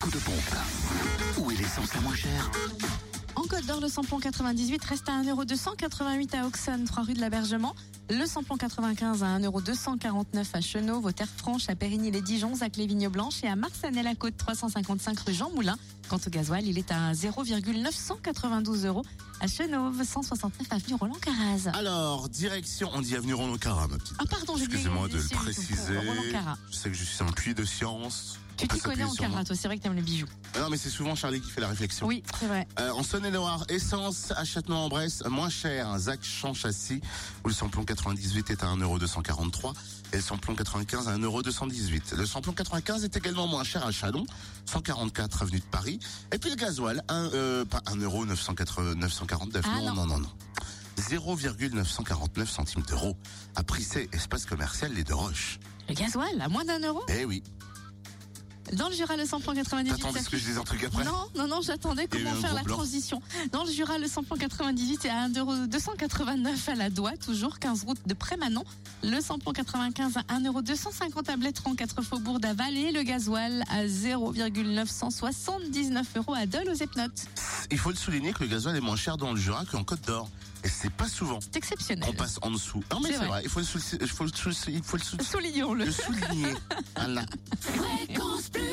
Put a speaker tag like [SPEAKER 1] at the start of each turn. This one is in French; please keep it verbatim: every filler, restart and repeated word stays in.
[SPEAKER 1] coup de pompe. Où est l'essence la moins chère ?
[SPEAKER 2] En Côte d'Or, le samplon quatre-vingt-dix-huit reste à un euro deux cent quatre-vingt-huit à Auxonne, trois rue de l'Abergement. Le samplon quatre-vingt-quinze à un euro deux cent quarante-neuf à Chenauve, aux Terres-Franches, à Périgny-les-Dijon, à Clévigne-Blanche et à Marsanais-la-Côte, trois cent cinquante-cinq rue Jean Moulin. Quant au gasoil, il est à zéro virgule neuf cent quatre-vingt-douze euros à Chenauve, cent soixante-neuf avenue Roland-Caraz.
[SPEAKER 3] Alors, direction, on dit avenue Roland-Caraz, ma petite.
[SPEAKER 2] Ah pardon, j'ai
[SPEAKER 3] Excusez-moi
[SPEAKER 2] dit-
[SPEAKER 3] de le
[SPEAKER 2] c'est-
[SPEAKER 3] préciser.
[SPEAKER 2] Roland-Caraz.
[SPEAKER 3] Je sais que je suis un puits de science.
[SPEAKER 2] Tu
[SPEAKER 3] On peut
[SPEAKER 2] t'y connais
[SPEAKER 3] s'appuyer
[SPEAKER 2] en
[SPEAKER 3] sur moi.
[SPEAKER 2] Carat, toi, c'est vrai que t'aimes les bijoux.
[SPEAKER 3] Ah non, mais c'est souvent Charlie qui fait la réflexion.
[SPEAKER 2] Oui, c'est vrai.
[SPEAKER 3] Euh, en Saône-et-Loire, essence à Châtenois-en-Bresse, moins cher, un Zac Champ Châssis, où le samplon quatre-vingt-dix-huit est à un euro deux cent quarante-trois et le samplon quatre-vingt-quinze à un euro deux cent dix-huit. Le samplon quatre-vingt-quinze est également moins cher à Châlons, cent quarante-quatre avenue de Paris. Et puis le gasoil, un, euh, pas un euro neuf cent quarante-neuf.
[SPEAKER 2] Ah,
[SPEAKER 3] non,
[SPEAKER 2] non.
[SPEAKER 3] non, non, non. zéro virgule neuf cent quarante-neuf centimes d'euros. À Prissé, espace commercial Les Deux Roches.
[SPEAKER 2] Le gasoil, à moins d'un euro.
[SPEAKER 3] Eh oui.
[SPEAKER 2] Dans le Jura, le samplon quatre-vingt-dix-huit.
[SPEAKER 3] T'attendais ce que
[SPEAKER 2] s'affiche-
[SPEAKER 3] je dise un truc après?
[SPEAKER 2] Non, non, non, j'attendais
[SPEAKER 3] Il y a eu
[SPEAKER 2] comment
[SPEAKER 3] un
[SPEAKER 2] faire
[SPEAKER 3] gros
[SPEAKER 2] la
[SPEAKER 3] blanc.
[SPEAKER 2] transition. Dans le Jura, le samplon quatre-vingt-dix-huit est à un euro deux cent quatre-vingt-neuf à la Doigt, toujours quinze route de Prémanon. Le samplon quatre-vingt-quinze à un euro deux cent cinquante à Blétran, quatre faubourg d'Aval et le gasoil à zéro virgule neuf cent soixante-dix-neuf euros à Dole aux Epnotes.
[SPEAKER 3] Il faut le souligner que le gasoil est moins cher dans le Jura qu'en Côte d'Or. Et c'est pas souvent
[SPEAKER 2] C'est exceptionnel.
[SPEAKER 3] qu'on passe en dessous. Non mais
[SPEAKER 2] C'est
[SPEAKER 3] c'est
[SPEAKER 2] vrai.
[SPEAKER 3] vrai. Il faut le, sou- il faut le, sou- il faut le sou-
[SPEAKER 2] Soulignons-le.
[SPEAKER 3] le souligner. Voilà.
[SPEAKER 1] Fréquence plus.